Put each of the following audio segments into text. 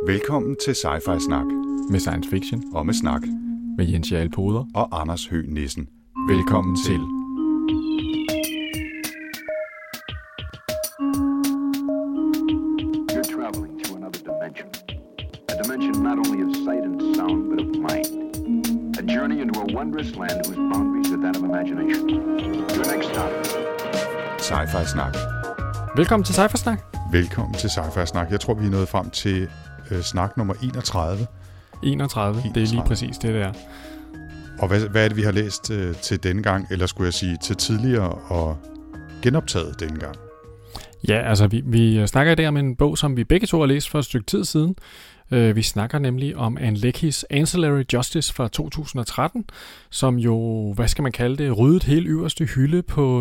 Velkommen til Sci-Fi Snak. Med science fiction. Og med snak. Med Jens Jarl Poder. Og Anders Høgh Nissen. Velkommen til. You're traveling to another dimension. A dimension not only of sight and sound, but of mind. A journey into a wondrous land whose boundaries are that of imagination. Your next stop. Sci-Fi Snak. Velkommen til Sci-Fi Snak. Velkommen til Sci-Fi Snak. Jeg tror, vi er nået frem til snak nummer 31. 31, det er lige præcis det der. Og hvad er det, vi har læst til denne gang, eller skulle jeg sige til tidligere og genoptaget denne gang? Ja, altså vi snakker i dag om en bog, som vi begge to har læst for et stykke tid siden. Vi snakker nemlig om Ann Leckys Ancillary Justice fra 2013, som jo, hvad skal man kalde det, ryddede helt øverste hylde på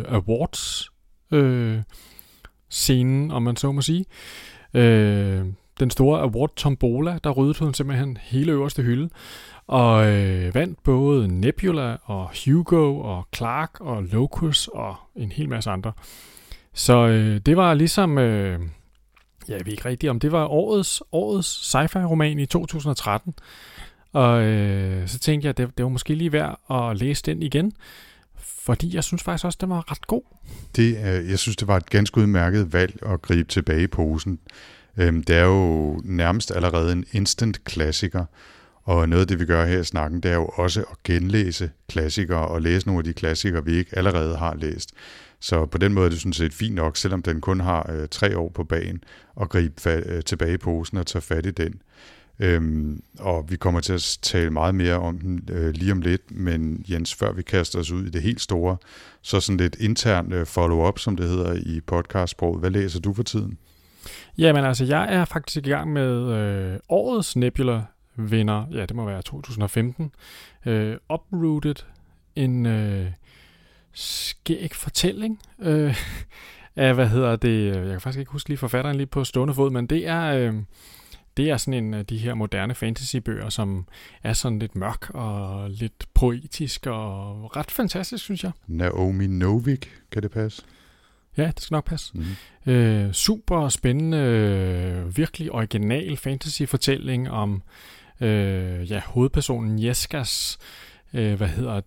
awards-scenen, om man så må sige. Den store award tombola, der ryddede hun simpelthen hele øverste hylde, og vandt både Nebula og Hugo og Clark og Locus og en hel masse andre. Så det var ligesom, jeg ved ikke rigtigt om det var årets sci-fi roman i 2013, og så tænkte jeg, det var måske lige værd at læse den igen, fordi jeg synes faktisk også, den var ret god. Jeg synes, det var et ganske udmærket valg at gribe tilbage i posen. Det er jo nærmest allerede en instant klassiker, og noget af det, vi gør her i snakken, det er jo også at genlæse klassikere og læse nogle af de klassikere, vi ikke allerede har læst. Så på den måde er det sådan set fint nok, selvom den kun har 3 år på bagen, at gribe tilbage i posen og tage fat i den. Og vi kommer til at tale meget mere om den lige om lidt, men Jens, før vi kaster os ud i det helt store, så sådan lidt intern follow-up, som det hedder i podcastsproget. Hvad læser du for tiden? Jamen altså, jeg er faktisk i gang med årets Nebula-vinder, ja det må være 2015, Uprooted, en skæg fortælling af, jeg kan faktisk ikke huske lige forfatteren lige på stående fod, men det er sådan en af de her moderne fantasybøger, som er sådan lidt mørk og lidt poetisk og ret fantastisk, synes jeg. Naomi Novik, kan det passe? Ja, det skal nok passe. Mm-hmm. Super spændende, virkelig original fantasy-fortælling om hovedpersonen Jeskas, det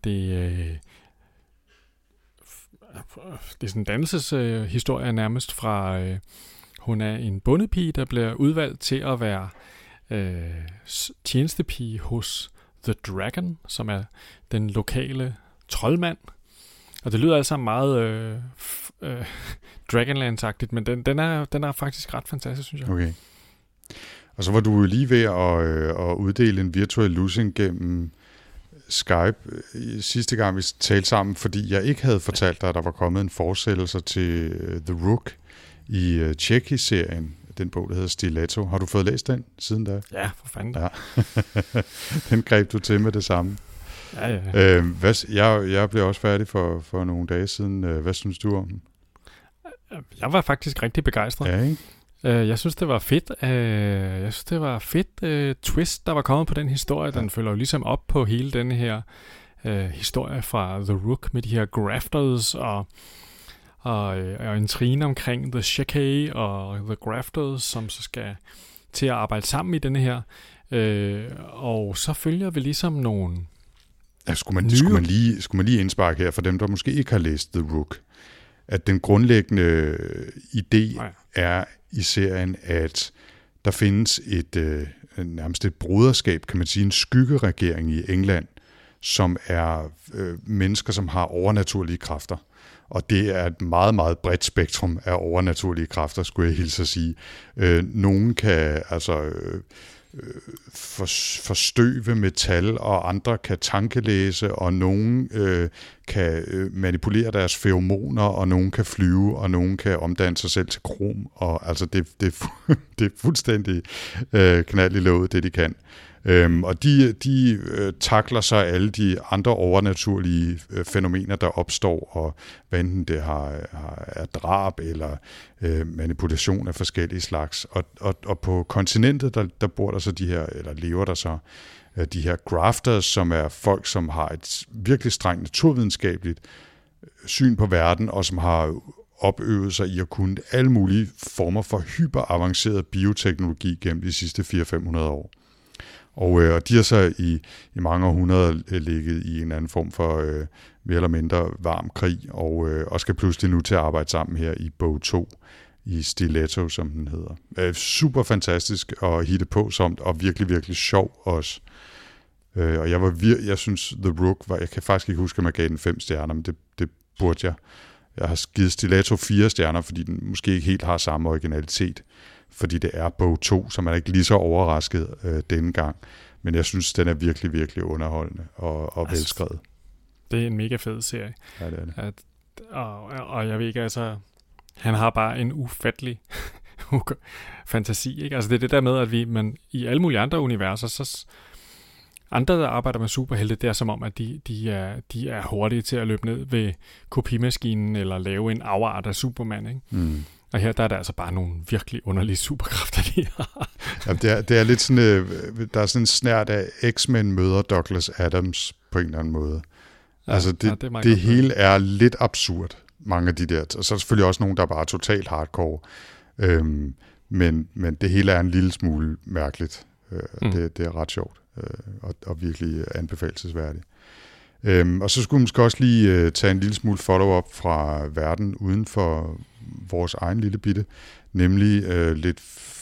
er sådan en dannelseshistorie nærmest fra, hun er en bondepige, der bliver udvalgt til at være tjenestepige hos The Dragon, som er den lokale troldmand. Og det lyder altså meget Dragonlance-agtigt, men den er faktisk ret fantastisk, synes jeg. Okay. Og så var du lige ved at uddele en virtuel lussing gennem Skype sidste gang, vi talte sammen, fordi jeg ikke havde fortalt dig, at der var kommet en fortsættelse til The Rook i Tjekki-serien, den bog, der hedder Stiletto. Har du fået læst den siden da? Ja, for fanden. Ja. Den greb du til med det samme. Ja. Jeg blev også færdig for nogle dage siden. Hvad synes du om den? Jeg var faktisk rigtig begejstret. Ja, ikke? Jeg synes, det var fedt. Twist, der var kommet på den historie. Den følger jo ligesom op på hele den her historie fra The Rook med de her grafters og en trine omkring The Shekay og The Grafters, som så skal til at arbejde sammen i denne her. Og så følger vi ligesom nogle... Ja, skulle man lige indsparke her for dem, der måske ikke har læst The Rook, at den grundlæggende idé er i serien, at der findes nærmest et broderskab, kan man sige, en skyggeregering i England, som er mennesker, som har overnaturlige kræfter. Og det er et meget, meget bredt spektrum af overnaturlige kræfter, skulle jeg hilse at sige. Nogen kan forstøve metal, og andre kan tankelæse, og nogen kan manipulere deres feromoner, og nogen kan flyve, og nogen kan omdanne sig selv til krom, og altså det er fuldstændig knald i låget, det de kan. Og de takler så alle de andre overnaturlige fænomener, der opstår, og hvad enten det er drab eller manipulation af forskellige slags. Og på kontinentet, der bor der så de her, eller lever der så de her grafters, som er folk, som har et virkelig strengt naturvidenskabeligt syn på verden, og som har opøvet sig i at kunne alle mulige former for hyperavanceret bioteknologi gennem de sidste 400-500 år. Og de har så i mange århundreder ligget i en anden form for mere eller mindre varm krig, og skal pludselig nu til at arbejde sammen her i bog 2, i Stiletto, som den hedder. Super fantastisk og hittepåsomt, og virkelig, virkelig sjov også. Og jeg synes, The Rook var, jeg kan faktisk ikke huske, om jeg gav den 5 stjerner, men det burde jeg. Jeg har givet Stiletto 4 stjerner, fordi den måske ikke helt har samme originalitet, fordi det er bog 2, så man er ikke lige så overrasket denne gang. Men jeg synes, den er virkelig, virkelig underholdende og velskrevet. Det er en mega fed serie. Ja, det er det. Og jeg ved ikke, altså, han har bare en ufattelig fantasi, ikke? Altså det er det der med, at man i alle mulige andre universer, så andre, der arbejder med superhelte, det er som om, at de er hurtige til at løbe ned ved kopimaskinen eller lave en afart af Superman, ikke? Mm. Og her der er der altså bare nogle virkelig underlige superkræfter, de har. Ja, det er lidt sådan, der er sådan en snært af X-Men møder Douglas Adams på en eller anden måde. Ja, altså det hele er lidt absurd, mange af de der. Og så er der selvfølgelig også nogen, der er bare totalt hardcore. Men det hele er en lille smule mærkeligt. Det er ret sjovt og virkelig anbefalelsesværdigt. Og så skulle man måske også lige tage en lille smule follow-up fra verden uden for vores egen lille bitte, nemlig lidt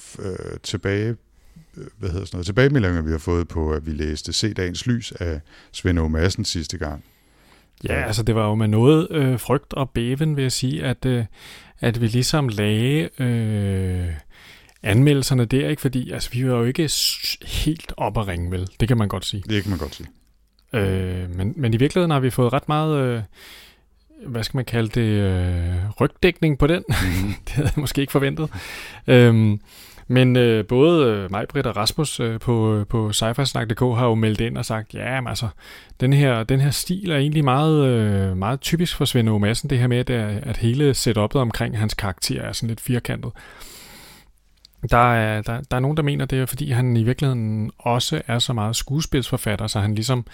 tilbagemeldinger, vi har fået på, at vi læste Se Dagens Lys af Svend Åge Madsen sidste gang. Ja, altså det var jo med noget frygt og bæven, vil jeg sige, at vi ligesom lagde anmeldelserne der, ikke? Fordi altså, vi var jo ikke helt op at ringe, vel? Det kan man godt sige. Det kan man godt sige. Men i virkeligheden har vi fået ret meget, hvad skal man kalde det, rygdækning på den. Mm-hmm. Det havde jeg måske ikke forventet. Men både mig, Britt og Rasmus på sci-fi-snak.dk har jo meldt ind og sagt, ja, men altså, den her stil er egentlig meget, meget typisk for Svend Åge Madsen, det her med, at hele setupet omkring hans karakter er sådan lidt firkantet. Der er nogen, der mener, det er, fordi han i virkeligheden også er så meget skuespilsforfatter, så han ligesom,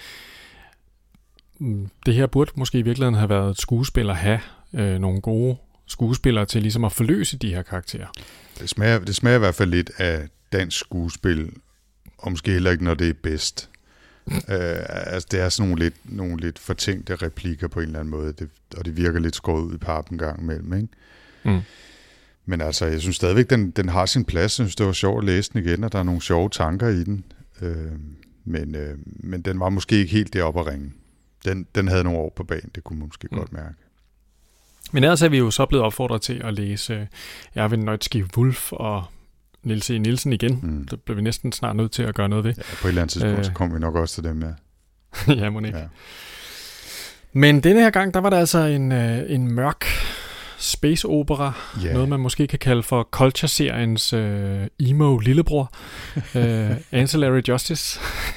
det her burde måske i virkeligheden have været et skuespil at have nogle gode skuespillere til ligesom at forløse de her karakterer. Det smager i hvert fald lidt af dansk skuespil, og måske heller ikke, når det er bedst. Altså det er sådan nogle lidt fortænkte replikker på en eller anden måde, og det virker lidt skåret ud i pappen gang imellem, ikke? Mm. Men altså, jeg synes stadigvæk, den har sin plads. Jeg synes, det var sjovt at læse den igen, og der er nogle sjove tanker i den. Men den var måske ikke helt deroppe at ringe. Den havde nogle år på banen, det kunne man måske godt mærke. Men ellers er vi jo så blevet opfordret til at læse Erwin Neutzsky-Wolf og Niels E. Nielsen igen. Mm. Det bliver vi næsten snart nødt til at gøre noget ved. Ja, på et eller andet tidspunkt, så kommer vi nok også til dem, ja. Ja, må ikke. Ja. Men denne her gang, der var der altså en mørk space opera, noget man måske kan kalde for Culture-seriens emo lillebror, Ancillary Justice.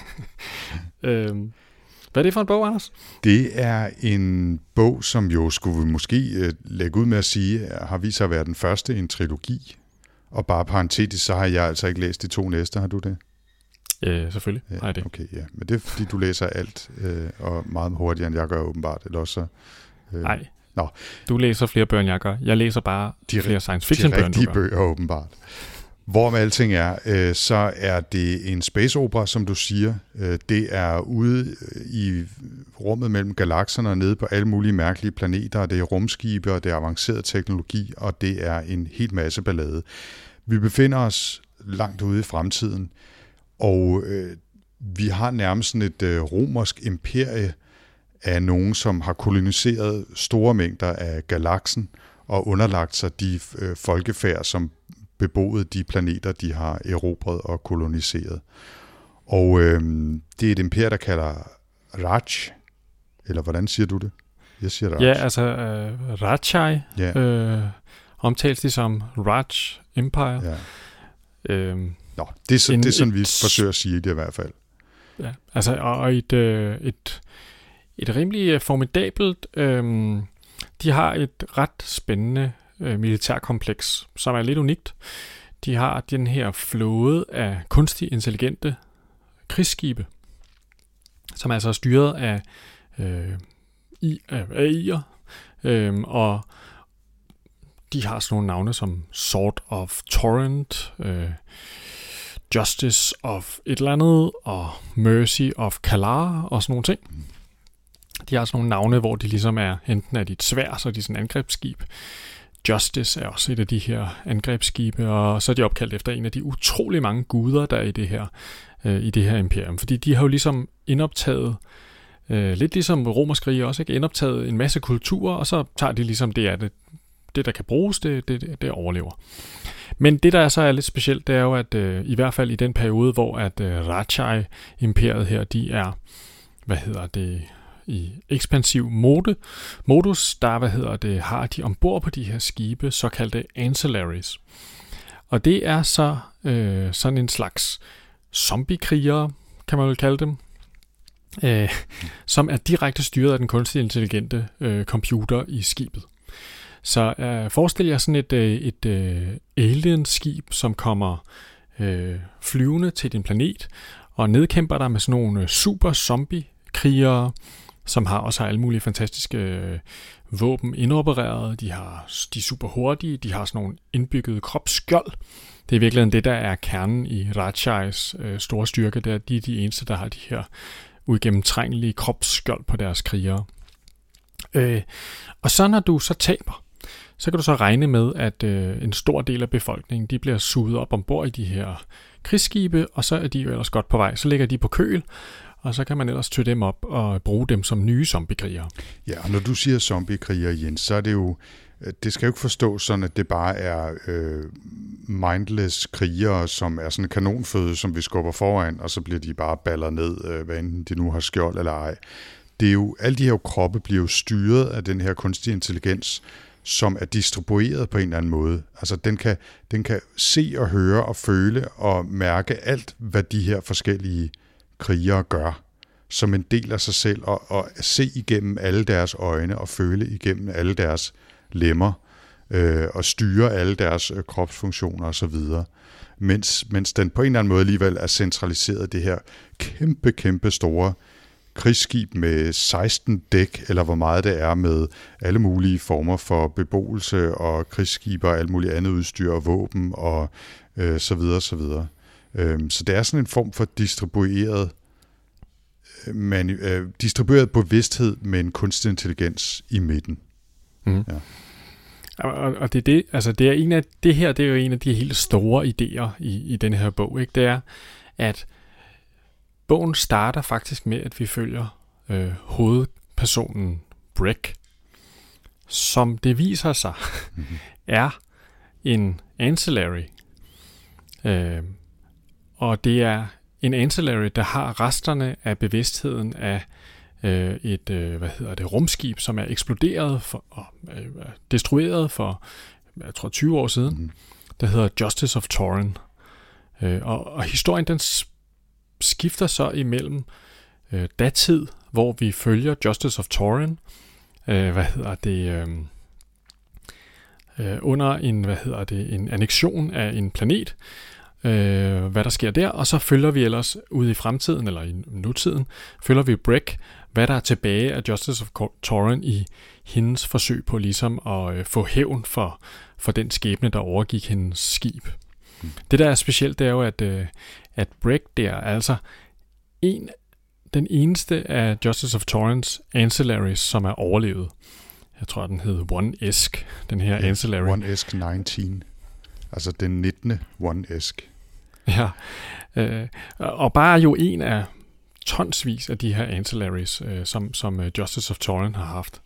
Hvad er det for en bog, Anders? Det er en bog, som jo skulle vi måske lægge ud med at sige, har vist sig at være den første i en trilogi. Og bare parentetisk, så har jeg altså ikke læst de 2 næste. Har du det? Selvfølgelig har jeg det. Okay, ja. Men det er fordi, du læser alt, og meget hurtigere, end jeg gør åbenbart. Eller også, nej. Nå. Du læser flere bøger, end jeg gør. Jeg læser bare flere science fiction bøger, end du gør. De rigtige bøger, åbenbart. Hvor med alting er, så er det en space opera, som du siger. Det er ude i rummet mellem galakserne og nede på alle mulige mærkelige planeter. Det er rumskibe, og det er avanceret teknologi, og det er en helt masse ballade. Vi befinder os langt ude i fremtiden, og vi har nærmest sådan et romersk imperie af nogen, som har koloniseret store mængder af galaksen og underlagt sig de folkefærd, som beboede de planeter, de har erobret og koloniseret. Og det er et imperium, der kalder Raj, eller hvordan siger du det? Jeg siger Raj. Ja, altså Rajai omtales de som Raj Empire. Ja. Det er sådan, vi forsøger at sige det i hvert fald. Ja, altså og et rimelig formidabelt, de har et ret spændende militærkompleks, som er lidt unikt. De har den her flåde af kunstigt intelligente krigsskibe, som altså er styret af AI'er, og de har sådan nogle navne som Sword of Torrent, Justice of et eller andet, og Mercy of Kalar, og sådan nogle ting. De har sådan nogle navne, hvor de ligesom er, enten er de et sværd, så er de sådan et angrebsskib. Justice er også et af de her angrebsskibe, og så er de opkaldt efter en af de utrolig mange guder, der er i det her imperium. Fordi de har jo ligesom indoptaget, lidt ligesom romerske også, ikke? Indoptaget en masse kulturer, og så tager de ligesom det, der kan bruges, det overlever. Men det, der så er lidt specielt, det er jo, at i hvert fald i den periode, hvor at Rachai-imperiet her, de er, i ekspansiv modus, der har de ombord på de her skibe, såkaldte ancillaries. Og det er så sådan en slags zombiekrigere, kan man vel kalde dem, som er direkte styret af den kunstigt intelligente computer i skibet. Så forestil jer sådan et alien-skib, som kommer flyvende til din planet, og nedkæmper dig med sådan nogle super zombie-krigere, som også har alle mulige fantastiske våben indopereret. De er super hurtige, de har sådan nogle indbyggede kropsskjold. Det er virkelig det, der er kernen i Rachais store styrke. De er de eneste, der har de her uigennemtrængelige kropsskjold på deres krigere. Og så når du så taber, så kan du så regne med, at en stor del af befolkningen, de bliver suget op ombord i de her krigsskibe, og så er de jo ellers godt på vej. Så ligger de på køl, og så kan man ellers tø dem op og bruge dem som nye zombiekrigere. Ja, og når du siger zombiekrigere, Jens, så er det jo, det skal jo ikke forstås sådan, at det bare er mindless krigere, som er sådan en kanonføde, som vi skubber foran, og så bliver de bare balleret ned, hvad enten de nu har skjold eller ej. Det er jo, alle de her kroppe bliver jo styret af den her kunstige intelligens, som er distribueret på en eller anden måde. Altså den kan se og høre og føle og mærke alt, hvad de her forskellige krigere gør, som en del af sig selv, og se igennem alle deres øjne og føle igennem alle deres lemmer, og styre alle deres kropsfunktioner osv. Mens den på en eller anden måde alligevel er centraliseret det her kæmpe store krigsskib med 16 dæk, eller hvor meget det er, med alle mulige former for beboelse og krigsskibe og alt muligt andet udstyr og våben og så videre, så videre. Så det er sådan en form for distribueret bevidsthed med en kunstig intelligens i midten. Mm. Ja. Og det er en af det her, det er jo en af de helt store idéer i den her bog, ikke? Det er, at bogen starter faktisk med, at vi følger hovedpersonen Breck, som det viser sig er en ancillary. Og det er en ancillary, der har resterne af bevidstheden af et rumskib, som er eksploderet og destrueret for, jeg tror, 20 år siden, der hedder Justice of Torrent. Og historien, den skifter så imellem datid, hvor vi følger Justice of Torrent, under en annektion af en planet, hvad der sker der, og så følger vi ellers ude i fremtiden, eller i nutiden, følger vi Breck, hvad der er tilbage af Justice of Torrent i hendes forsøg på ligesom at få hævn for den skæbne, der overgik hendes skib. Det, der er specielt, det er jo, at Breck der er altså den eneste af Justice of Torrents ancillaries, som er overlevet. Jeg tror, den hed One Esk, den her ancillary. One Esk 19. Altså den 19. One Esk. Ja, og bare jo en af tonsvis af de her ancillaries, som Justice of Torrent har haft.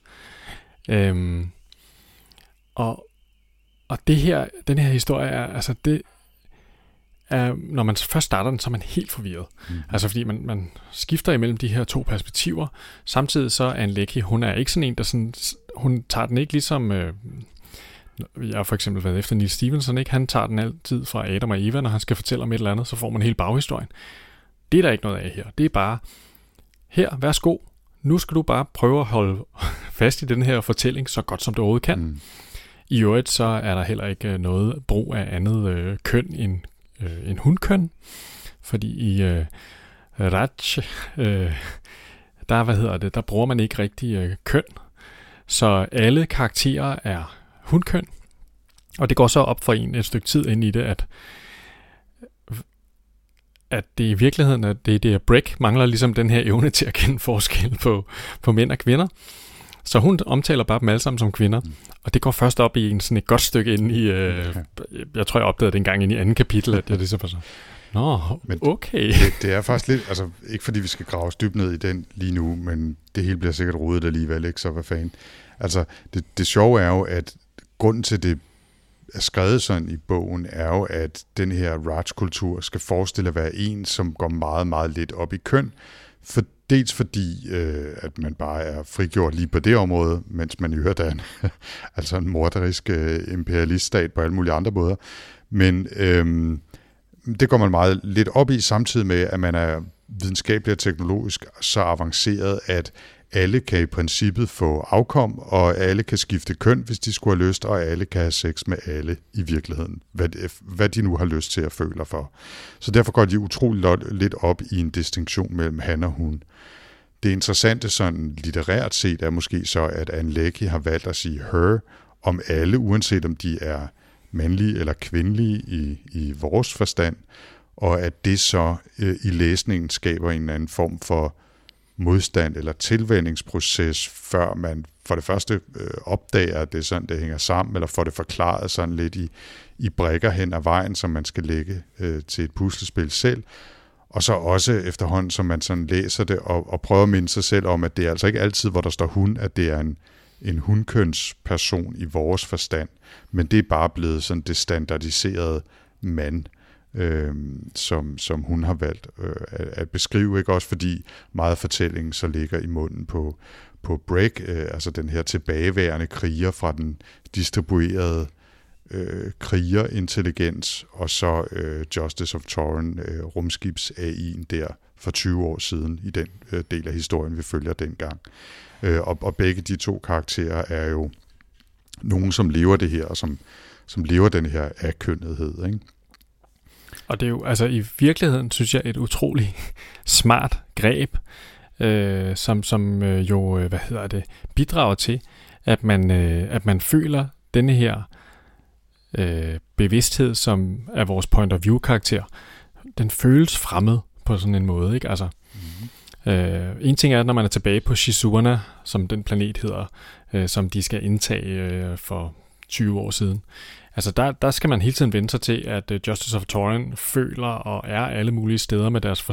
Og den her historie er, altså det er, når man først starter den, så er man helt forvirret. Altså fordi man skifter imellem de her to perspektiver. Samtidig så er Ann Leckie, hun er ikke sådan en, der sådan, hun tager den ikke ligesom, jeg har for eksempel været efter Neil Stephenson, ikke? Han tager den altid fra Adam og Eva, når han skal fortælle om et eller andet, så får man hele baghistorien. Det er der ikke noget af her. Det er bare, her, værsgo, nu skal du bare prøve at holde fast i den her fortælling, så godt som du overhovedet kan. I øvrigt så er der heller ikke noget brug af andet køn end hundkøn, fordi i Rach, der bruger man ikke rigtig køn, så alle karakterer er hundkøn, Og det går så op for en et stykke tid ind i det, at det i virkeligheden, at det Breck mangler ligesom den her evne til at kende forskel på mænd og kvinder. Så hun omtaler bare dem alle sammen som kvinder. Og det går først op i sådan et godt stykke ind i, jeg tror jeg opdagede det engang ind i anden kapitel, at det er så sådan. Nå, okay. Det er faktisk lidt, altså ikke fordi vi skal grave dybt ned i den lige nu, men det hele bliver sikkert rodet alligevel, ikke? Så hvad fanden. Altså det sjove er jo, at grunden til det er skrevet sådan i bogen, er jo, at den her Raj-kultur skal forestille at være en, som går meget, meget lidt op i køn. Dels fordi, at man bare er frigjort lige på det område, mens man i øvrigt er altså en morderisk imperialiststat på alle mulige andre måder. Men det går man meget lidt op i, samtidig med, at man er videnskabelig og teknologisk så avanceret, at alle kan i princippet få afkom, og alle kan skifte køn, hvis de skulle have lyst, og alle kan have sex med alle i virkeligheden, hvad de nu har lyst til at føle for. Så derfor går de utrolig lidt op i en distinktion mellem han og hun. Det interessante sådan litterært set er måske så, at Ann Leckie har valgt at sige her om alle, uanset om de er mandlige eller kvindelige i vores forstand, og at det så i læsningen skaber en eller anden form for modstand eller tilvændingsproces, før man for det første opdager, at det er sådan, det hænger sammen, eller får det forklaret sådan lidt i brikker hen ad vejen, som man skal lægge til et puslespil selv. Og så også efterhånden, som man sådan læser det, og prøver at minde sig selv om, at det er altså ikke altid, hvor der står hun, at det er en hunkønsperson i vores forstand, men det er bare blevet sådan det standardiserede mand, som hun har valgt at beskrive, ikke også fordi meget af fortællingen så ligger i munden på Breck, altså den her tilbageværende kriger fra den distribuerede krigerintelligens, og så Justice of Toren, rumskibs AI'en der for 20 år siden, i den del af historien, vi følger dengang. Og begge de to karakterer er jo nogen, som lever det her, og som lever den her akønnethed, ikke? Og det er jo, altså i virkeligheden, synes jeg, et utroligt smart greb, som jo, bidrager til, at man føler denne her bevidsthed, som er vores point of view karakter, den føles fremmed på sådan en måde, ikke? Altså, en ting er, når man er tilbage på Shizurna, som den planet hedder, som de skal indtage for 20 år siden. Altså der skal man hele tiden vende sig til, at Justice of Toren føler og er alle mulige steder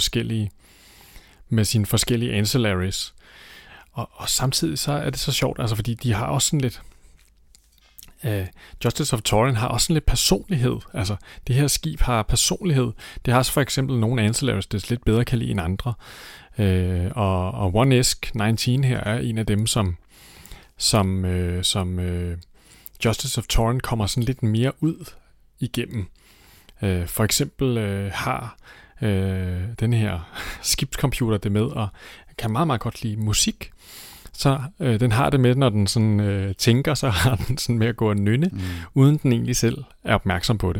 med sine forskellige ancillaries. Og samtidig så er det så sjovt, altså fordi de har også sådan lidt Justice of Toren har også sådan lidt personlighed. Altså det her skib har personlighed. Det har så for eksempel nogle ancillaries, det lidt bedre kan lide end andre. Og One Esk 19 her er en af dem, som Justice of Toren kommer sådan lidt mere ud igennem. For eksempel har den her skibscomputer det med, og kan meget, meget godt lide musik. Så den har det med, når den sådan tænker, så har den sådan med at gå og nynne, uden den egentlig selv er opmærksom på det.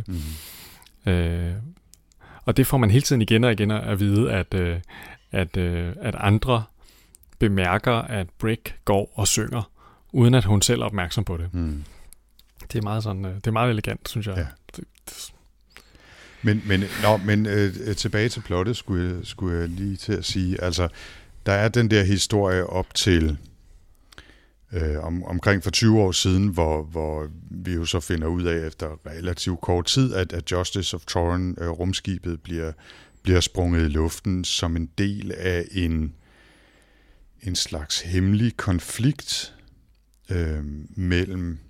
Og det får man hele tiden igen og igen at vide, at andre bemærker, at Breck går og synger, uden at hun selv er opmærksom på det. Det er meget sådan, det er meget elegant, synes jeg. Ja. Men tilbage til plottet skulle jeg lige til at sige, altså der er den der historie op til omkring for 20 år siden, hvor vi jo så finder ud af efter relativt kort tid, at Justice of Toren, rumskibet, bliver sprunget i luften som en del af en slags hemmelig konflikt mellem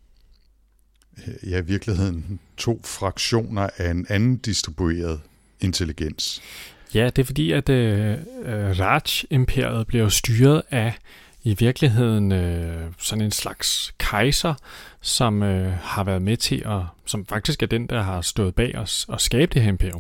i virkeligheden 2 fraktioner af en anden distribueret intelligens. Ja, det er fordi, at Raj-imperiet bliver styret af i virkeligheden sådan en slags kejser, som har været med til som faktisk er den, der har stået bag os og skabe det her imperium.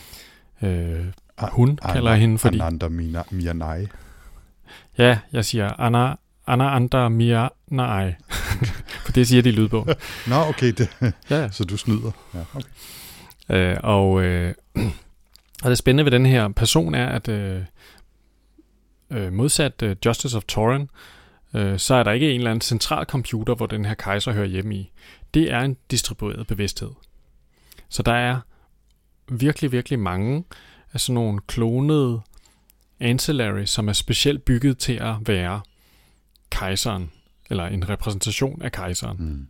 Hun kalder hende, fordi... Ananda Mianai. Ja, jeg siger Ananda Mianai. For det siger de i lydbogen. Nå, okay. Ja. Så du snyder. Ja, okay. Og det spændende ved den her person er, at modsat Justice of Toren, så er der ikke en eller anden central computer, hvor den her kejser hører hjemme i. Det er en distribueret bevidsthed. Så der er virkelig, virkelig mange af sådan nogle klonede ancillary, som er specielt bygget til at være kejseren, eller en repræsentation af kejseren.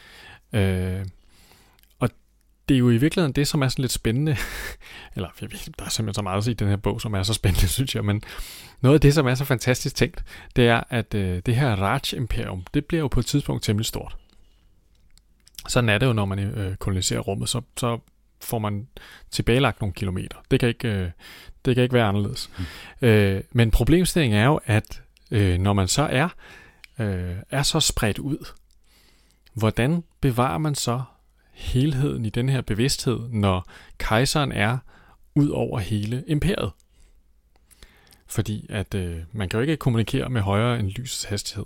Og det er jo i virkeligheden det, som er sådan lidt spændende, eller jeg ved, der er simpelthen så meget i den her bog, som er så spændende, synes jeg, men noget af det, som er så fantastisk tænkt, det er, at det her Raj-imperium, det bliver jo på et tidspunkt temmelig stort. Sådan er det jo, når man koloniserer rummet, så får man tilbagelagt nogle kilometer. Det kan ikke være anderledes. Men problemstillingen er jo, at når man så er så spredt ud, hvordan bevarer man så helheden i den her bevidsthed, når kejseren er ud over hele imperiet? Fordi at man kan jo ikke kommunikere med højere end lysets hastighed.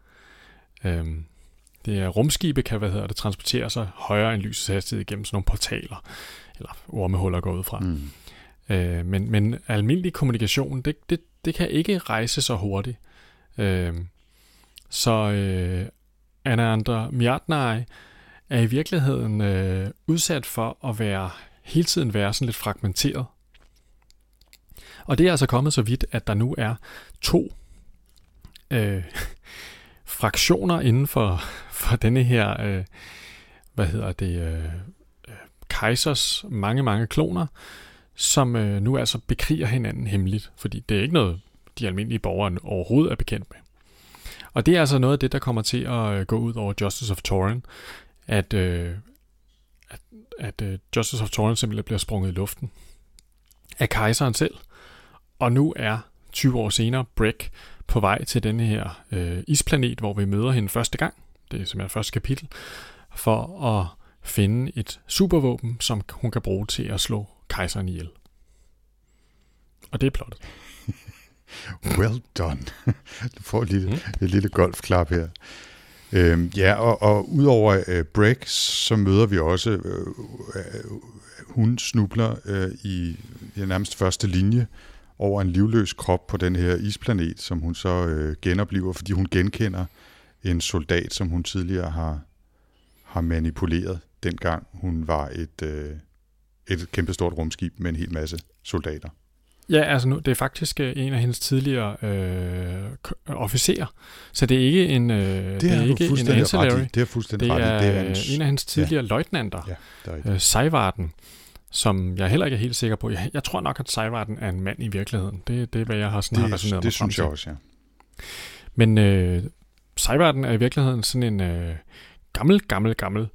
Det er rumskibe kan, transportere sig højere end lysets hastighed igennem sådan nogle portaler, eller ormehuller går ud fra. Men almindelig kommunikation, det kan ikke rejse så hurtigt. Så Anandra Mjatnai er i virkeligheden udsat for at hele tiden være sådan lidt fragmenteret. Og det er altså kommet så vidt, at der nu er 2 fraktioner inden for denne her, kejsers mange kloner, som nu altså bekriger hinanden hemmeligt, fordi det er ikke noget, de almindelige borgere overhovedet er bekendt med. Og det er altså noget af det, der kommer til at gå ud over Justice of Torin, at Justice of Torin simpelthen bliver sprunget i luften af kejseren selv. Og nu er 20 år senere Brek på vej til denne her isplanet, hvor vi møder hende første gang. Det er simpelthen første kapitel. For at finde et supervåben, som hun kan bruge til at slå kejseren ihjel. Og det er plottet. Well done. Du får et lille golfklap her. Og udover Brek, så møder vi også, hun snubler i nærmest første linje over en livløs krop på den her isplanet, som hun så genopliver, fordi hun genkender en soldat, som hun tidligere har manipuleret, dengang hun var et kæmpestort rumskib med en hel masse soldater. Ja, altså nu, det er faktisk en af hendes tidligere officerer, så det er ikke en ancillary. Det er fuldstændig ret. Det er en af hendes tidligere løjtnanter, Seivarden, som jeg heller ikke er helt sikker på. Jeg tror nok, at Seivarden er en mand i virkeligheden. Det er, hvad jeg har resoneret mig frem til. Det synes jeg også, ja. Men Seivarden er i virkeligheden sådan en gammel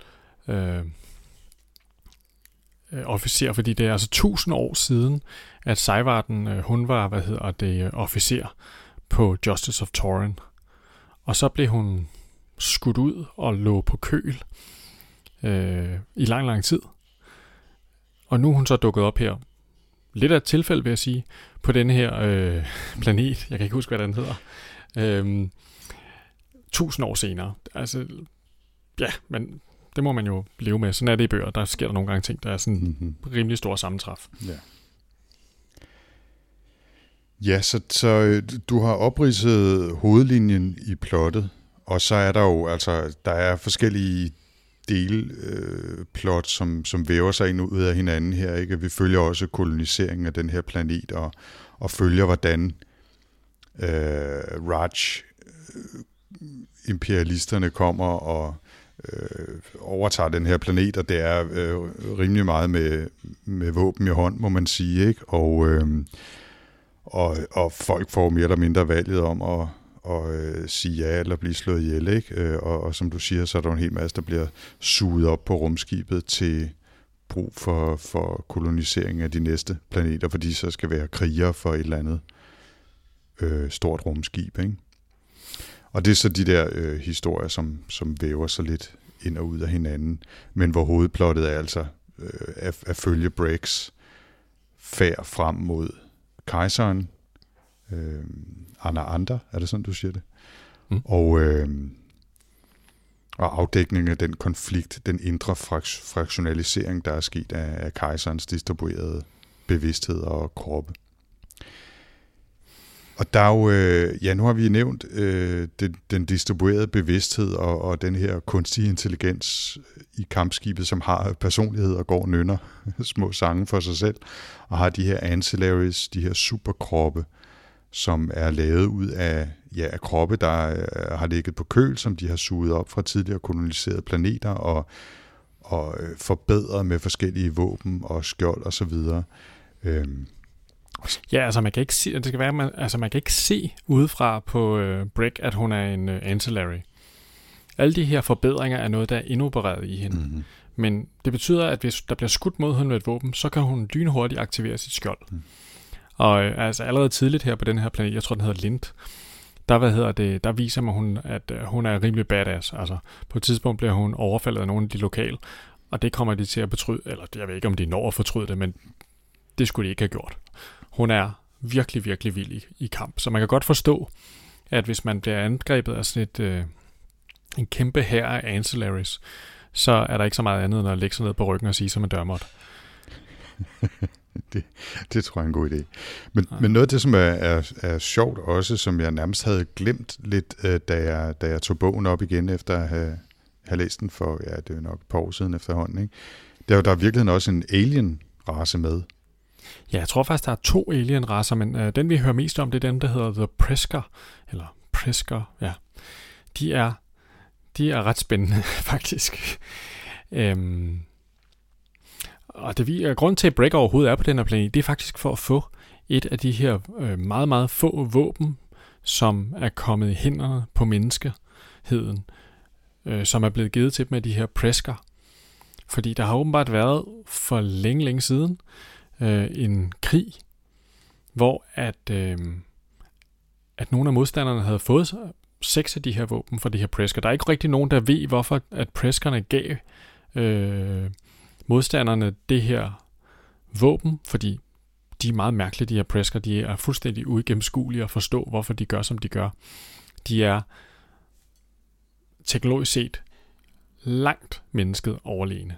officer, fordi det er altså 1000 år siden, at Seivarden, hun var, officer på Justice of Torin. Og så blev hun skudt ud og lå på køl i lang tid. Og nu er hun så dukket op her. Lidt af et tilfælde, vil jeg sige, på denne her planet. Jeg kan ikke huske, hvad den hedder. 1000 år senere. Altså, ja, men det må man jo leve med. Sådan er det i bøger. Der sker der nogle gange ting, der er sådan rimelig stor sammentræf. Ja. Ja, så du har opridset hovedlinjen i plottet, og så er der jo, altså, der er forskellige delplot, som væver sig ind ud af hinanden her, ikke? Vi følger også koloniseringen af den her planet, og følger, hvordan Raj-imperialisterne kommer og overtager den her planet, og det er rimelig meget med våben i hånd, må man sige, ikke? Og folk får mere eller mindre valget om at sige ja eller blive slået ihjel, ikke? Og som du siger, så er der en hel masse, der bliver suget op på rumskibet til brug for kolonisering af de næste planeter, fordi så skal være krigere for et eller andet stort rumskib, ikke? Og det er så de der historier, som væver sig lidt ind og ud af hinanden, men hvor hovedplottet er altså at følge Breks færd frem mod kejseren, Anandra, er det sådan, du siger det? Og afdækningen af den konflikt, den indre fraktionalisering, der er sket af kejserens distribuerede bevidsthed og kroppe. Og der er jo, nu har vi nævnt den distribuerede bevidsthed og den her kunstige intelligens i kampskibet, som har personlighed og går og nynner små sange for sig selv, og har de her ancillaries, de her superkroppe, som er lavet ud af kroppe, der har ligget på køl, som de har suget op fra tidligere koloniserede planeter og forbedret med forskellige våben og skjold og så videre. Ja, altså man kan ikke se, det skal være, man kan ikke se udefra på Brig, at hun er en ancillary. Alle de her forbedringer er noget, der er indopereret i hende. Mm-hmm. Men det betyder, at hvis der bliver skudt mod hende med et våben, så kan hun lynhurtigt aktivere sit skjold. Mm. Og altså allerede tidligt her på den her planet, jeg tror den hedder Lint, der viser man, at hun er rimelig badass. Altså på et tidspunkt bliver hun overfaldet af nogle af de lokale, og det kommer de til at betryde, eller jeg ved ikke, om de når at fortryde det, men det skulle de ikke have gjort. Hun er virkelig, virkelig vild i kamp. Så man kan godt forstå, at hvis man bliver angrebet af sådan en kæmpe hær af ancillaries, så er der ikke så meget andet end at lægge sig ned på ryggen og sige som en dørmåt. Det tror jeg er en god idé. Men noget af det, som er sjovt også, som jeg nærmest havde glemt lidt, da jeg tog bogen op igen, efter at have læst den for, det er nok et par år siden efterhånden, ikke? Der er virkelig også en alien-race med. Ja, jeg tror faktisk, der er 2 alien-racer, men den vi hører mest om, det er den, der hedder The Presker, eller Presker, ja. De er ret spændende, faktisk. Og grund til, at Brig overhovedet er på den her planet, det er faktisk for at få et af de her meget, meget få våben, som er kommet i hænderne på menneskeheden, som er blevet givet til dem af de her Presker. Fordi der har åbenbart været for længe, længe siden en krig, hvor at nogle af modstanderne havde fået 6 af de her våben fra de her Presker. Der er ikke rigtig nogen, der ved, hvorfor at Preskerne gav modstanderne det her våben, fordi de er meget mærkelige, de her Presker. De er fuldstændig uigennemskuelige at forstå, hvorfor de gør, som de gør. De er teknologisk set langt mennesket overlegne.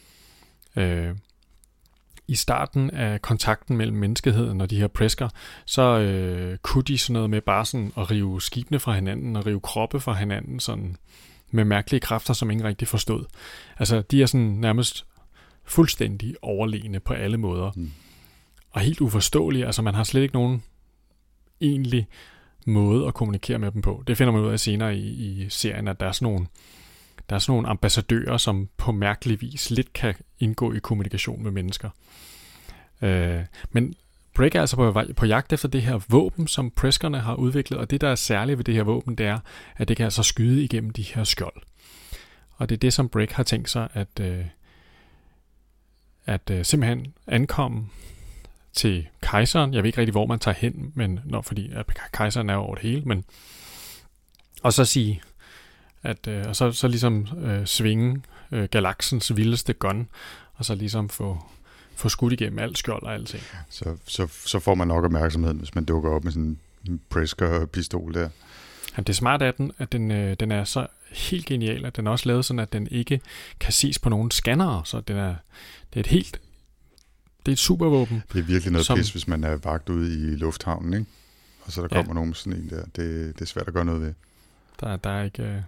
I starten af kontakten mellem menneskeheden og de her Presker, så kunne de sådan noget med bare sådan at rive skibene fra hinanden og rive kroppe fra hinanden sådan med mærkelige kræfter, som ingen rigtig forstod. Altså, de er sådan nærmest fuldstændig overlegne på alle måder. Mm. Og helt uforståelige. Altså, man har slet ikke nogen egentlig måde at kommunikere med dem på. Det finder man ud af senere i serien, at der er sådan nogle ambassadører, som på mærkelig vis lidt kan indgå i kommunikation med mennesker. Men Brig er altså på jagt efter det her våben, som Preskerne har udviklet, og det, der er særligt ved det her våben, det er, at det kan altså skyde igennem de her skjold. Og det er det, som Brig har tænkt sig at simpelthen ankomme til kejseren. Jeg ved ikke rigtig, hvor man tager hen, men fordi kejseren er over det hele, men og så sige, og så ligesom svinge galaksens vildeste gun, og så ligesom få skudt igennem alt skjold og alting. Så får man nok opmærksomhed, hvis man dukker op med sådan en Presker-pistol der. Jamen, det smarte af den, at den er så helt genial, at den er også lavet sådan, at den ikke kan ses på nogen scannere, så det er et supervåben. Det er virkelig noget pis, hvis man er vagt ude i lufthavnen, ikke? Og så der kommer nogen med sådan en der. Det er svært at gøre noget ved. Der er ikke...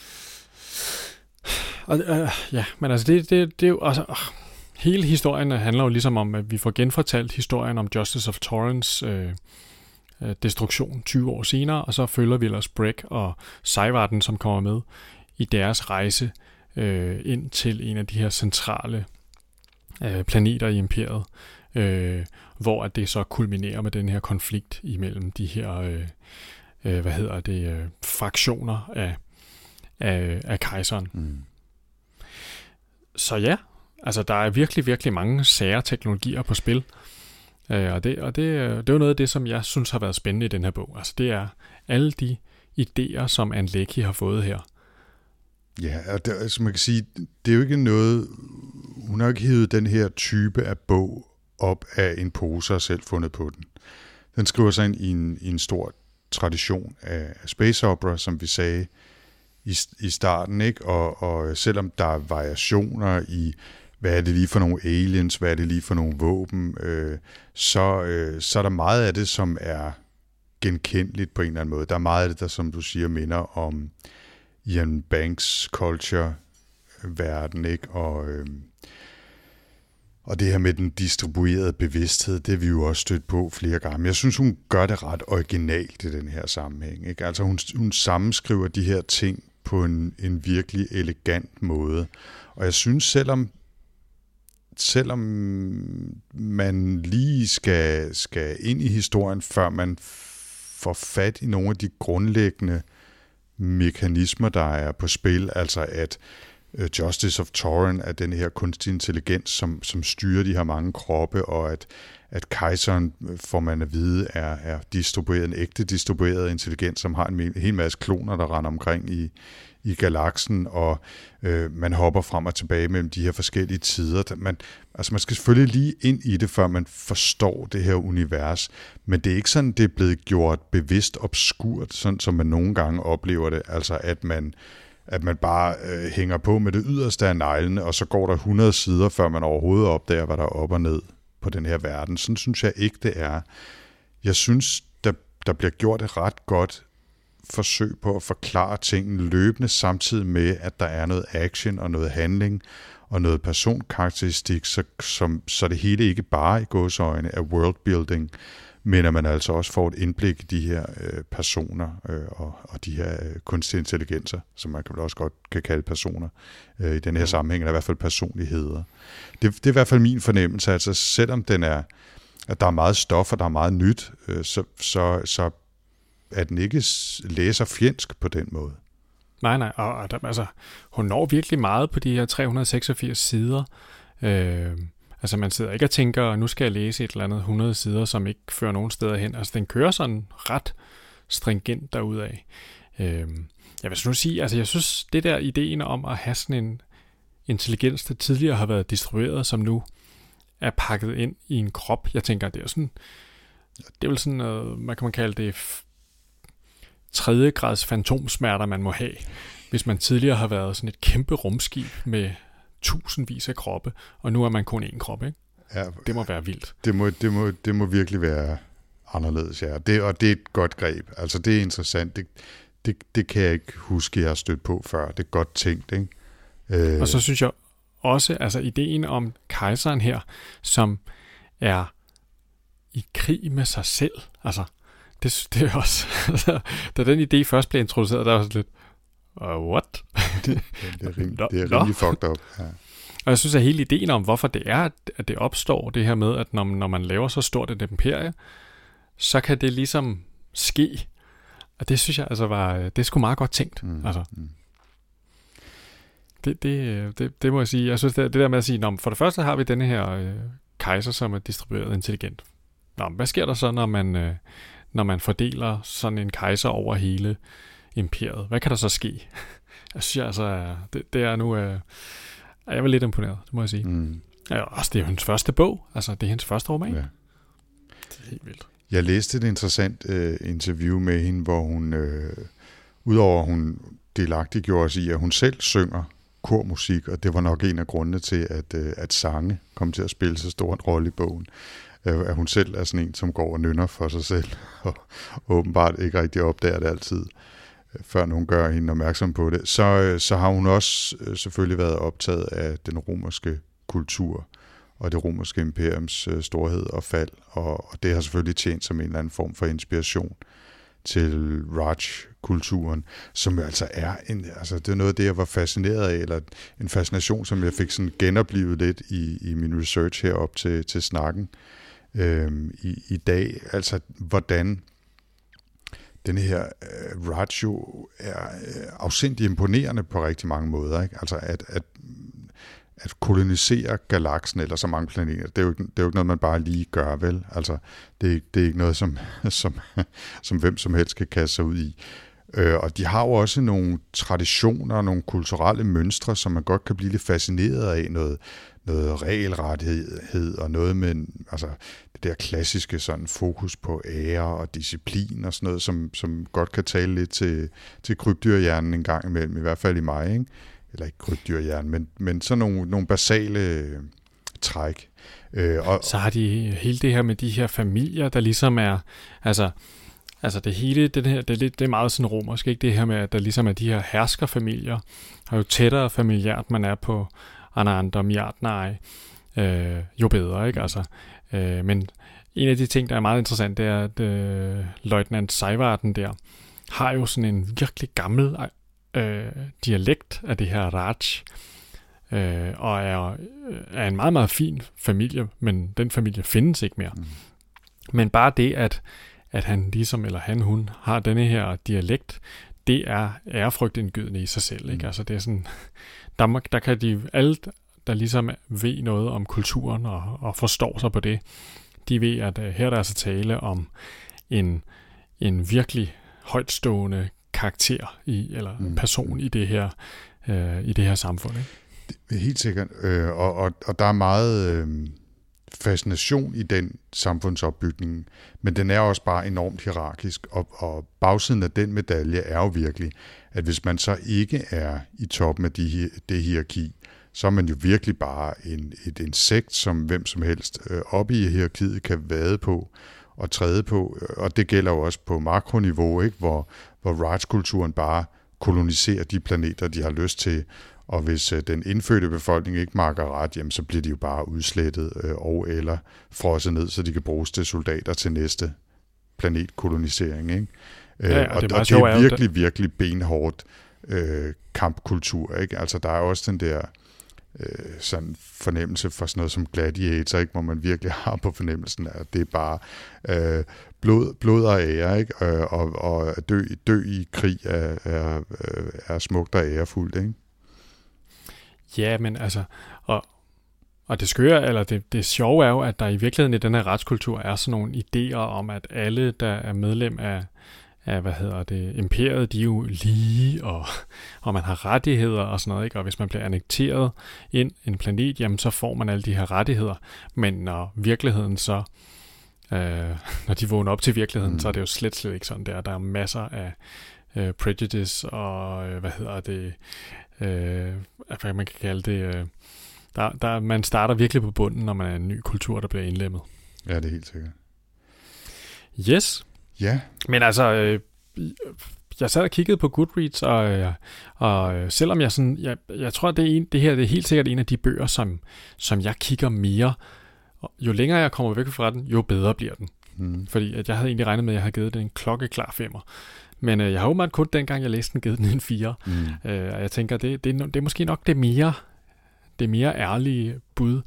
men altså det er jo også... Hele historien handler jo ligesom om, at vi får genfortalt historien om Justice of Torrens destruktion 20 år senere, og så følger vi ellers Brig og Seivarden, som kommer med i deres rejse ind til en af de her centrale planeter i imperiet, hvor at det så kulminerer med den her konflikt imellem de her fraktioner af kejseren. Mm. Så ja, altså der er virkelig, virkelig mange sære teknologier på spil. Og det er jo noget af det, som jeg synes har været spændende i den her bog. Altså det er alle de idéer, som Ann Leckie har fået her. Ja, og det, altså man kan sige, det er jo ikke noget... Hun har ikke hævet den her type af bog op af en pose og selv fundet på den. Den skriver sig ind i en stor tradition af space opera, som vi sagde i starten, ikke? Og selvom der er variationer i, hvad er det lige for nogle aliens, hvad er det lige for nogle våben, så er der meget af det, som er genkendeligt på en eller anden måde. Der er meget af det, der, som du siger, minder om Ian Banks culture-verden, ikke? Og det her med den distribuerede bevidsthed, det er vi jo også stødt på flere gange. Men jeg synes, hun gør det ret originalt i den her sammenhæng, ikke? Altså hun sammenskriver de her ting på en virkelig elegant måde. Og jeg synes, selvom man lige skal ind i historien, før man får fat i nogle af de grundlæggende mekanismer, der er på spil, altså at Justice of Torin er den her kunstig intelligens, som styrer de her mange kroppe, og at kejseren, får man at vide, er distribueret, en ægte distribueret intelligens, som har en hel masse kloner, der render omkring i galaksen, og man hopper frem og tilbage mellem de her forskellige tider. Man skal selvfølgelig lige ind i det, før man forstår det her univers, men det er ikke sådan, det er blevet gjort bevidst obskurt, sådan som man nogle gange oplever det, altså at man bare hænger på med det yderste af neglene, og så går der 100 sider, før man overhovedet opdager, hvad der er op og ned på den her verden. Sådan synes jeg ikke, det er. Jeg synes, der bliver gjort et ret godt forsøg på at forklare tingene løbende, samtidig med, at der er noget action og noget handling og noget personkarakteristik, så det hele ikke bare i gåseøjne er worldbuilding, men at man altså også får et indblik i de her personer og de her kunstige intelligenser, som man også godt kan kalde personer i den her sammenhæng, eller i hvert fald personligheder. Det er i hvert fald min fornemmelse, altså selvom at der er meget stof, og der er meget nyt, så er den ikke læserfjendsk på den måde. Nej, og altså, hun når virkelig meget på de her 386 sider. Altså man sidder ikke og tænker, nu skal jeg læse et eller andet 100 sider, som ikke fører nogen steder hen. Altså den kører sådan ret stringent derudad. Jeg vil nu sige, altså jeg synes, det der ideen om at have sådan en intelligens, der tidligere har været distribueret, som nu er pakket ind i en krop. Jeg tænker, det er vel sådan noget, man kan kalde det 3. grads fantomsmerter, man må have, hvis man tidligere har været sådan et kæmpe rumskib med tusindvis af kroppe, og nu er man kun én krop, ikke? Ja, det må være vildt. Det må virkelig være anderledes, ja. Og det er et godt greb. Altså, det er interessant. Det kan jeg ikke huske, jeg har stødt på før. Det er godt tænkt, ikke? Og så synes jeg også, altså ideen om kejseren her, som er i krig med sig selv, altså, det er også, altså, da den idé først blev introduceret, der var sådan lidt, what? det er rimelig fucked up. Ja. Og jeg synes, at hele ideen om, hvorfor det er, at det opstår, det her med, at når man laver så stort et imperie, så kan det ligesom ske. Og det synes jeg altså det er sgu meget godt tænkt. Altså. Det må jeg sige. Jeg synes, det der med at sige, for det første har vi denne her kejser, som er distribueret intelligent. Hvad sker der så, når man fordeler sådan en kejser over hele imperiet? Hvad kan der så ske? Jeg synes altså, det er nu... jeg var lidt imponeret, det må jeg sige. Ja, også det er jo hendes første bog. Altså, det er hendes første roman. Ja. Det er helt vildt. Jeg læste et interessant interview med hende, hvor hun, udover at hun delagtiggjorde sig i, at hun selv synger kormusik, og det var nok en af grundene til, at sange kom til at spille så stor en rolle i bogen. At hun selv er sådan en, som går og nynner for sig selv, og åbenbart ikke rigtig opdager det altid, før nogen gør hende opmærksom på det, så har hun også selvfølgelig været optaget af den romerske kultur og det romerske imperiums storhed og fald, og det har selvfølgelig tjent som en eller anden form for inspiration til Raj-kulturen, som altså er det er noget af det, jeg var fascineret af, eller en fascination, som jeg fik sådan genoplivet lidt i min research herop til snakken i dag, altså hvordan den her Raj er afsindig imponerende på rigtig mange måder, ikke? Altså at kolonisere galaksen eller så mange planeter, det er jo ikke noget, man bare lige gør, vel? Altså, det er ikke noget, som hvem som helst kan kaste sig ud i. Og de har jo også nogle traditioner, nogle kulturelle mønstre, som man godt kan blive lidt fascineret af, noget regelrettighed og noget med altså det der klassiske sådan fokus på ære og disciplin og sådan noget, som godt kan tale lidt til krybdyrhjernen en gang imellem, i hvert fald i mig, ikke? Eller ikke krybdyrhjernen, men sådan nogle basale træk. Så har de hele det her med de her familier, der ligesom er, altså Altså det hele, det er meget sådan romersk, ikke? Det her med, at der ligesom er de her herskerfamilier, og jo tættere familiært man er på andre miartnei, jo bedre, ikke? Altså, men en af de ting, der er meget interessant, det er, at løjtnant Seivarden der, har jo sådan en virkelig gammel dialekt af det her Raj, og er en meget, meget fin familie, men den familie findes ikke mere. Men bare det, at han ligesom, eller hun har denne her dialekt, det er ærefrygtindgydende i sig selv, ikke? Altså det er sådan, der kan de, alle, der ligesom ved noget om kulturen og forstår sig på det, de ved, at her der er så tale om en virkelig højtstående karakter eller person i det her samfund, ikke? Det er helt sikkert, og der er meget fascination i den samfundsopbygning, men den er også bare enormt hierarkisk, og bagsiden af den medalje er jo virkelig, at hvis man så ikke er i toppen af det hierarki, så er man jo virkelig bare et insekt, som hvem som helst oppe i hierarkiet kan vade på og træde på, og det gælder jo også på makroniveau, ikke? Hvor Raj-kulturen bare koloniserer de planeter, de har lyst til, og hvis den indfødte befolkning ikke makker ret, jamen, så bliver de jo bare udslettet og eller frosset ned, så de kan bruges til soldater til næste planetkolonisering, ikke? Og det er virkelig, virkelig benhårdt kampkultur, ikke? Altså der er også den der sådan fornemmelse for sådan noget som Gladiator, ikke? Hvor man virkelig har på fornemmelsen, at det er bare blod og ære, ikke? Og at dø i krig er smukt og ærefuldt, ikke? Ja, men altså, og det skøre, eller det sjove er jo, at der i virkeligheden i den her retskultur er sådan nogle idéer om, at alle, der er medlem af imperiet, de er jo lige, og man har rettigheder og sådan noget, ikke? Og hvis man bliver annekteret ind en planet, jamen så får man alle de her rettigheder. Men når virkeligheden så, når de vågner op til virkeligheden, så er det jo slet ikke sådan der. Der er masser af prejudice og, hvad man kan kalde det, man starter virkelig på bunden, når man er en ny kultur, der bliver indlemmet. Ja, det er helt sikkert. Yes. Ja. Men altså, jeg sad og kiggede på Goodreads, og selvom jeg sådan, jeg tror, at det her er helt sikkert en af de bøger, som jeg kigger mere. Jo længere jeg kommer væk fra den, jo bedre bliver den. Fordi at jeg havde egentlig regnet med, at jeg havde givet den en klokkeklar 5'er. Men jeg har åbenbart kun dengang, jeg læste den, givet den en 4. Og jeg tænker, det er måske nok det mere ærlige bud.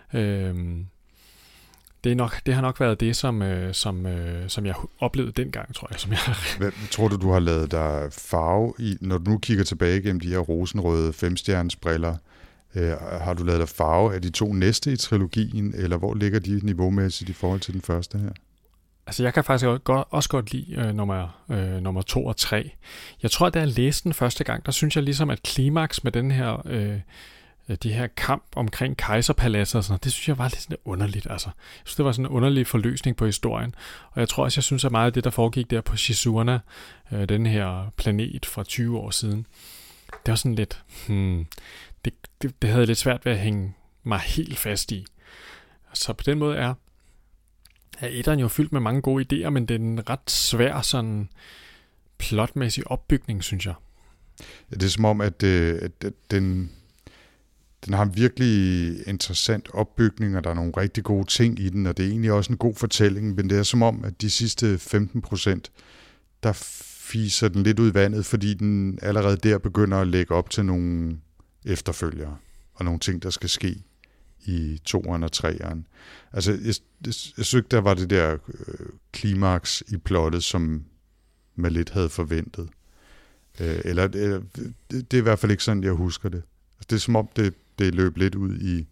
Det har nok været det, som jeg oplevede dengang, tror jeg. Hvad tror du har lavet dig farve i, når du nu kigger tilbage gennem de her rosenrøde 5-stjernes briller? Har du lavet dig farve af de 2 næste i trilogien, eller hvor ligger de niveaumæssigt i forhold til den første her? Altså, jeg kan faktisk også godt lide nummer 2 og 3. Jeg tror, at da jeg læste den første gang, der synes jeg ligesom, at klimaks med den her de her kamp omkring kejserpaladser og sådan noget, det synes jeg var lidt sådan underligt. Altså, jeg synes, det var sådan en underlig forløsning på historien. Og jeg tror også, jeg synes, at meget af det, der foregik der på Shizurna, den her planet fra 20 år siden, det var sådan lidt, det havde lidt svært ved at hænge mig helt fast i. Så på den måde er etteren jo fyldt med mange gode idéer, men det er en ret svær sådan plotmæssig opbygning, synes jeg. Ja, det er som om, at den har en virkelig interessant opbygning, og der er nogle rigtig gode ting i den, og det er egentlig også en god fortælling, men det er som om, at de sidste 15%, der fiser den lidt ud i vandet, fordi den allerede der begynder at lægge op til nogle efterfølgere, og nogle ting, der skal ske i 2'eren og 3'eren. Altså, jeg synes, der var det der klimaks i plottet, som man lidt havde forventet. Eller det er i hvert fald ikke sådan, jeg husker det. Altså, det er som om, det løb lidt ud i...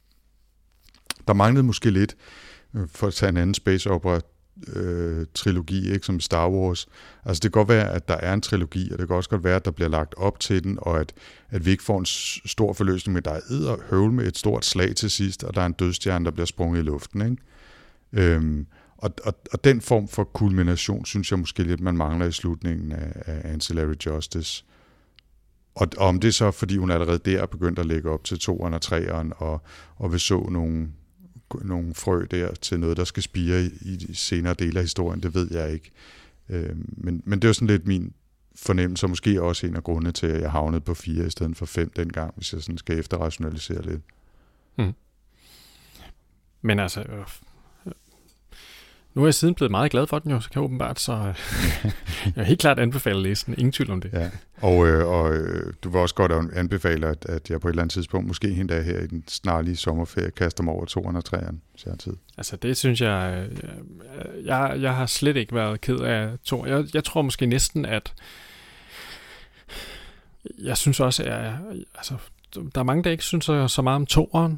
Der manglede måske lidt, for at tage en anden space opera trilogi, ikke, som Star Wars. Altså det kan godt være, at der er en trilogi, og det kan også godt være, at der bliver lagt op til den, og at vi ikke får en stor forløsning, men der er edderhøvl med et stort slag til sidst, og der er en dødstjerne, der bliver sprunget i luften, ikke? Og den form for kulmination, synes jeg måske lidt, man mangler i slutningen af Ancillary Justice. Og om det er så, fordi hun allerede der er begyndt at lægge op til 2'eren og 3'eren, og vil så nogle frø der til noget, der skal spire i de senere dele af historien, det ved jeg ikke. Men det er jo sådan lidt min fornemmelse, og måske også en af grundene til, at jeg havnede på 4 i stedet for 5 dengang, hvis jeg sådan skal efterrationalisere lidt. Men altså, nu er jeg siden blevet meget glad for den jo, så kan jeg åbenbart, så jeg vil helt klart anbefale at læse den. Ingen tvivl om det. Ja. Og du vil også godt anbefale, at jeg på et eller andet tidspunkt, måske en dag her i den snarlige sommerferie, kaster mig over 203'eren, hvis jeg har tid. Altså det synes jeg, jeg har slet ikke været ked af 2. Jeg tror måske næsten, at jeg synes også, at altså, der er mange, der ikke synes så meget om 2'eren.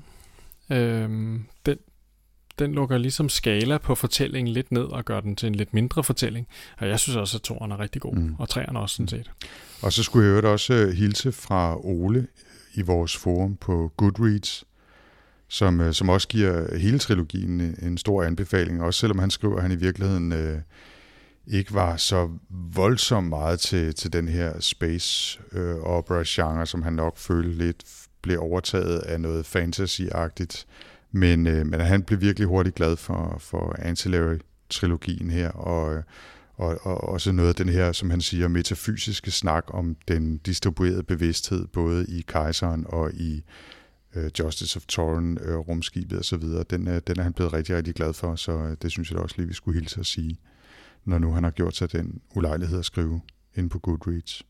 Den lukker ligesom skala på fortællingen lidt ned og gør den til en lidt mindre fortælling. Og jeg synes også, at 2'eren er rigtig god, og 3'eren også sådan set. Og så skulle jeg også hilse fra Ole i vores forum på Goodreads, som også giver hele trilogien en stor anbefaling, også selvom han skriver, at han i virkeligheden ikke var så voldsomt meget til den her space opera-genre, som han nok følte lidt blev overtaget af noget fantasy-agtigt. Men han blev virkelig hurtigt glad for Ancillary-trilogien her, og også noget af den her, som han siger, metafysiske snak om den distribuerede bevidsthed, både i Kejseren og i Justice of Torren, rumskibet og så videre. Den er han blevet rigtig, rigtig glad for, så det synes jeg da også lige, vi skulle hilse at sige, når nu han har gjort sig den ulejlighed at skrive ind på Goodreads.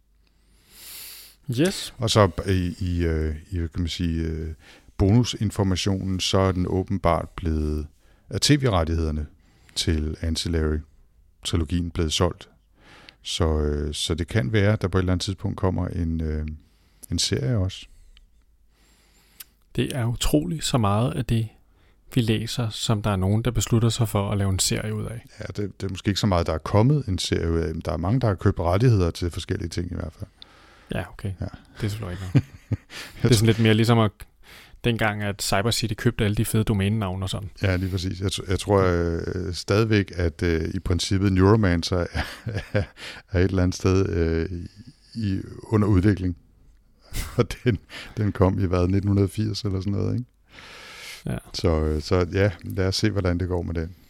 Yes. Og så kan man sige, bonusinformationen, så er den åbenbart blevet af tv-rettighederne til Ancillary-trilogien blevet solgt. Så det kan være, at der på et eller andet tidspunkt kommer en serie også. Det er utroligt så meget af det, vi læser, som der er nogen, der beslutter sig for at lave en serie ud af. Ja, det er måske ikke så meget, der er kommet en serie ud af, men der er mange, der har købt rettigheder til forskellige ting i hvert fald. Ja, okay. Ja. Det er selvfølgelig ikke noget. Det er sådan lidt mere ligesom at dengang, at CyberCity købte alle de fede domænenavne og sådan. Ja, lige præcis. Jeg tror stadigvæk, at i princippet Neuromancer er et eller andet sted under udvikling. Og den kom i 1980 eller sådan noget, ikke? Ja. Så ja, lad os se, hvordan det går med den.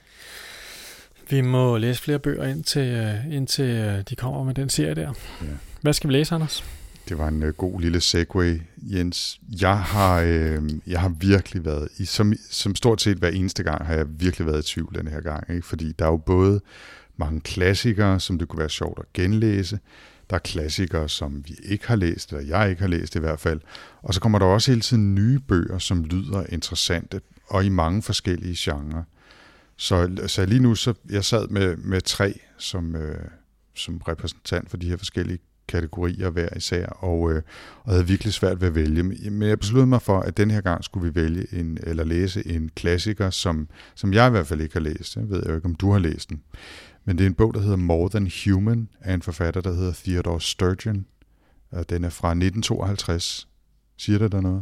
Vi må læse flere bøger, indtil de kommer med den serie der. Ja. Hvad skal vi læse, Anders? Det var en god lille segue, Jens. Jeg har virkelig været, som stort set hver eneste gang, har jeg virkelig været i tvivl den her gang. Ikke? Fordi der er jo både mange klassikere, som det kunne være sjovt at genlæse. Der er klassikere, som vi ikke har læst, eller jeg ikke har læst i hvert fald. Og så kommer der også hele tiden nye bøger, som lyder interessante, og i mange forskellige genrer. Så lige nu, jeg sad med 3 som repræsentant for de her forskellige kategorier hver især, og havde virkelig svært ved at vælge. Men jeg besluttede mig for, at den her gang skulle vi vælge eller læse en klassiker, som jeg i hvert fald ikke har læst. Jeg ved jo ikke, om du har læst den. Men det er en bog, der hedder More Than Human, af en forfatter, der hedder Theodore Sturgeon. Og den er fra 1952. Siger det der noget?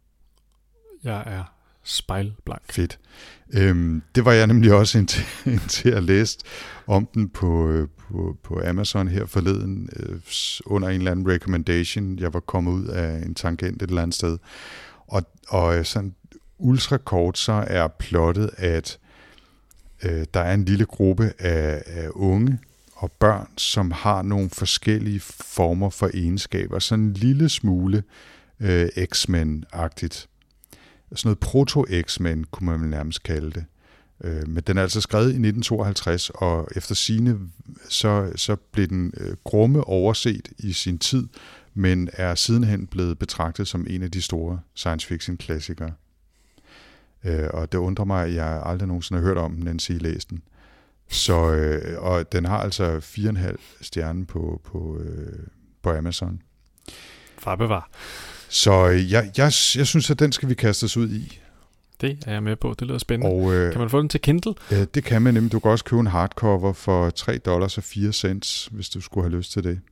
Jeg er spejlblank. Fedt. Det var jeg nemlig også indtil at læse om den på Amazon her forleden, under en eller anden recommendation. Jeg var kommet ud af en tangent et eller andet sted. Og sådan ultra kort, så er plottet, at der er en lille gruppe af unge og børn, som har nogle forskellige former for egenskaber. Sådan en lille smule X-Men-agtigt. Sådan noget proto-X-Men, kunne man nærmest kalde det. Men den er altså skrevet i 1952, og efter sigende, så blev den grumme overset i sin tid, men er sidenhen blevet betragtet som en af de store science fiction-klassikere. Og det undrer mig, at jeg aldrig nogensinde har hørt om den, indtil I læste den. Og den har altså 4,5 stjerne på Amazon. Farbevar. Så jeg synes, at den skal vi kaste os ud i. Det er jeg med på. Det lyder spændende. Og, kan man få den til Kindle? Det kan man nemlig. Du kan også købe en hardcover for $3.04, hvis du skulle have lyst til det.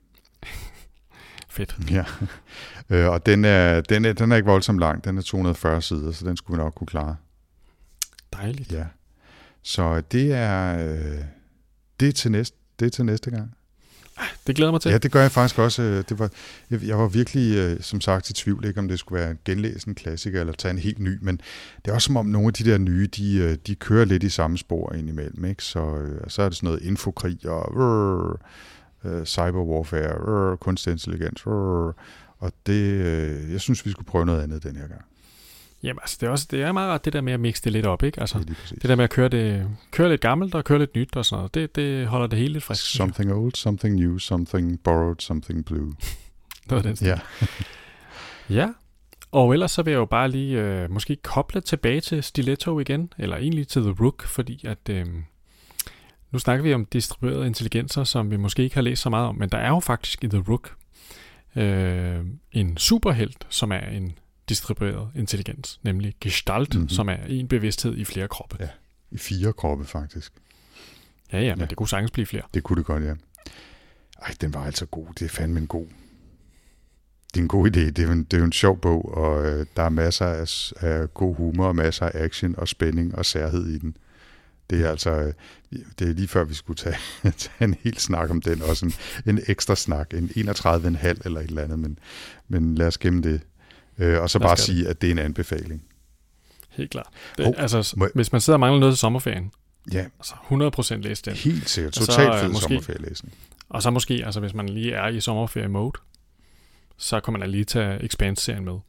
Fedt. Ja. Og den er ikke voldsomt lang. Den er 240 sider, så den skulle vi nok kunne klare. Dejligt. Ja. Så det er til næste gang. Det glæder mig til. Ja, det gør jeg faktisk også. Jeg var virkelig, som sagt, i tvivl, ikke om det skulle være en genlæsen klassiker eller tage en helt ny, men det er også som om nogle af de der nye, de kører lidt i samme spor indimellem, ikke? Så er det sådan noget infokrig og cyberwarfare, kunstig intelligens, og det, jeg synes, vi skulle prøve noget andet den her gang. Jamen, altså, det er meget ret det der med at mixe det lidt op, ikke? Altså, det der med at køre lidt gammelt og køre lidt nyt og sådan noget, det holder det hele lidt frisk. Something old, something new, something borrowed, something blue. Det var den stil. Ja. Ja, og ellers så vil jeg jo bare lige måske koble tilbage til Stiletto igen, eller egentlig til The Rook, fordi at nu snakker vi om distribuerede intelligenser, som vi måske ikke har læst så meget om, men der er jo faktisk i The Rook en superhelt, som er en distribueret intelligens, nemlig Gestalt, som er en bevidsthed i flere kroppe. Ja, i 4 kroppe faktisk. Ja, men det kunne sagtens blive flere. Det kunne det godt, ja. Ej, den var altså god. Det er fandme en god. Det er en god idé. Det er jo en sjov bog, og der er masser af god humor, og masser af action og spænding og særhed i den. Det er altså, det er lige før vi skulle tage en hel snak om den, også en ekstra snak, en 31,5 eller et eller andet, men lad os gemme det. Og så bare sige, at det er en anbefaling. Helt klart. Hvis man sidder og mangler noget til sommerferien, ja, altså 100% læs den. Helt sikkert. Totalt fed sommerferielæsning. Og så måske, altså hvis man lige er i sommerferie-mode, så kan man lige tage Expanse-serien med.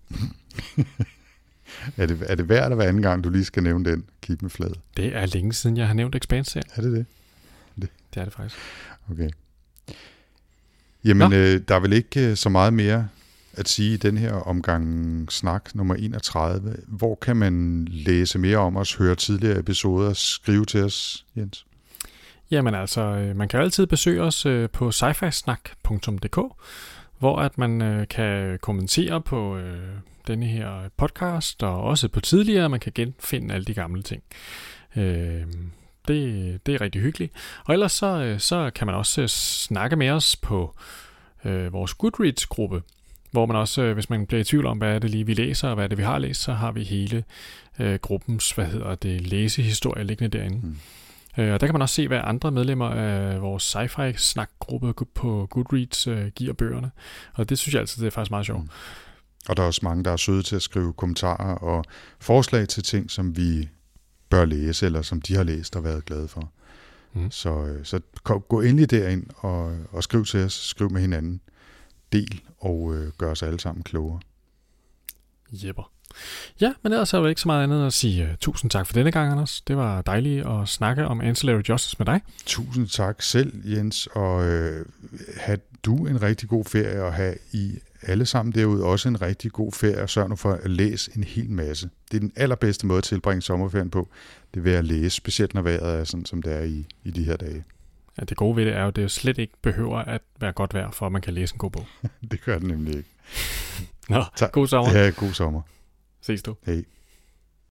Er det hver eller hver anden gang, du lige skal nævne den? Keep med flad. Det er længe siden, jeg har nævnt Expanse-serien. Er det? Det er det faktisk. Okay. Jamen, der er vel ikke så meget mere at sige i den her omgang snak nummer 31. Hvor kan man læse mere om os, høre tidligere episoder, skrive til os, Jens? Jamen altså, man kan jo altid besøge os på sci-fi-snak.dk, hvor at man kan kommentere på denne her podcast, og også på tidligere, man kan genfinde alle de gamle ting. Det er rigtig hyggeligt. Og ellers så kan man også snakke med os på vores Goodreads-gruppe, hvor man også, hvis man bliver i tvivl om, hvad er det lige vi læser, og hvad er det vi har læst, så har vi hele gruppens, læsehistorie liggende derinde. Og der kan man også se, hvad andre medlemmer af vores sci-fi-snak-gruppe på Goodreads giver bøgerne. Og det synes jeg altid, det er faktisk meget sjovt. Og der er også mange, der er søde til at skrive kommentarer og forslag til ting, som vi bør læse, eller som de har læst og været glade for. Så gå endelig derind og skriv til os, skriv med hinanden, del og gør os alle sammen klogere. Jepper. Ja, men ellers er der ikke så meget andet at sige tusind tak for denne gang, Anders. Det var dejligt at snakke om Ancillary Justice med dig. Tusind tak selv, Jens, og have du en rigtig god ferie, og have I alle sammen derude også en rigtig god ferie, og sørg nu for at læse en hel masse. Det er den allerbedste måde at tilbringe sommerferien på, det er at læse, specielt når vejret er sådan, som det er i de her dage. Ja, det gode ved det er jo, at det slet ikke behøver at være godt vejr, for at man kan læse en god bog. Det gør det nemlig ikke. Nå, god sommer. Ja, god sommer. Ses du. Hej.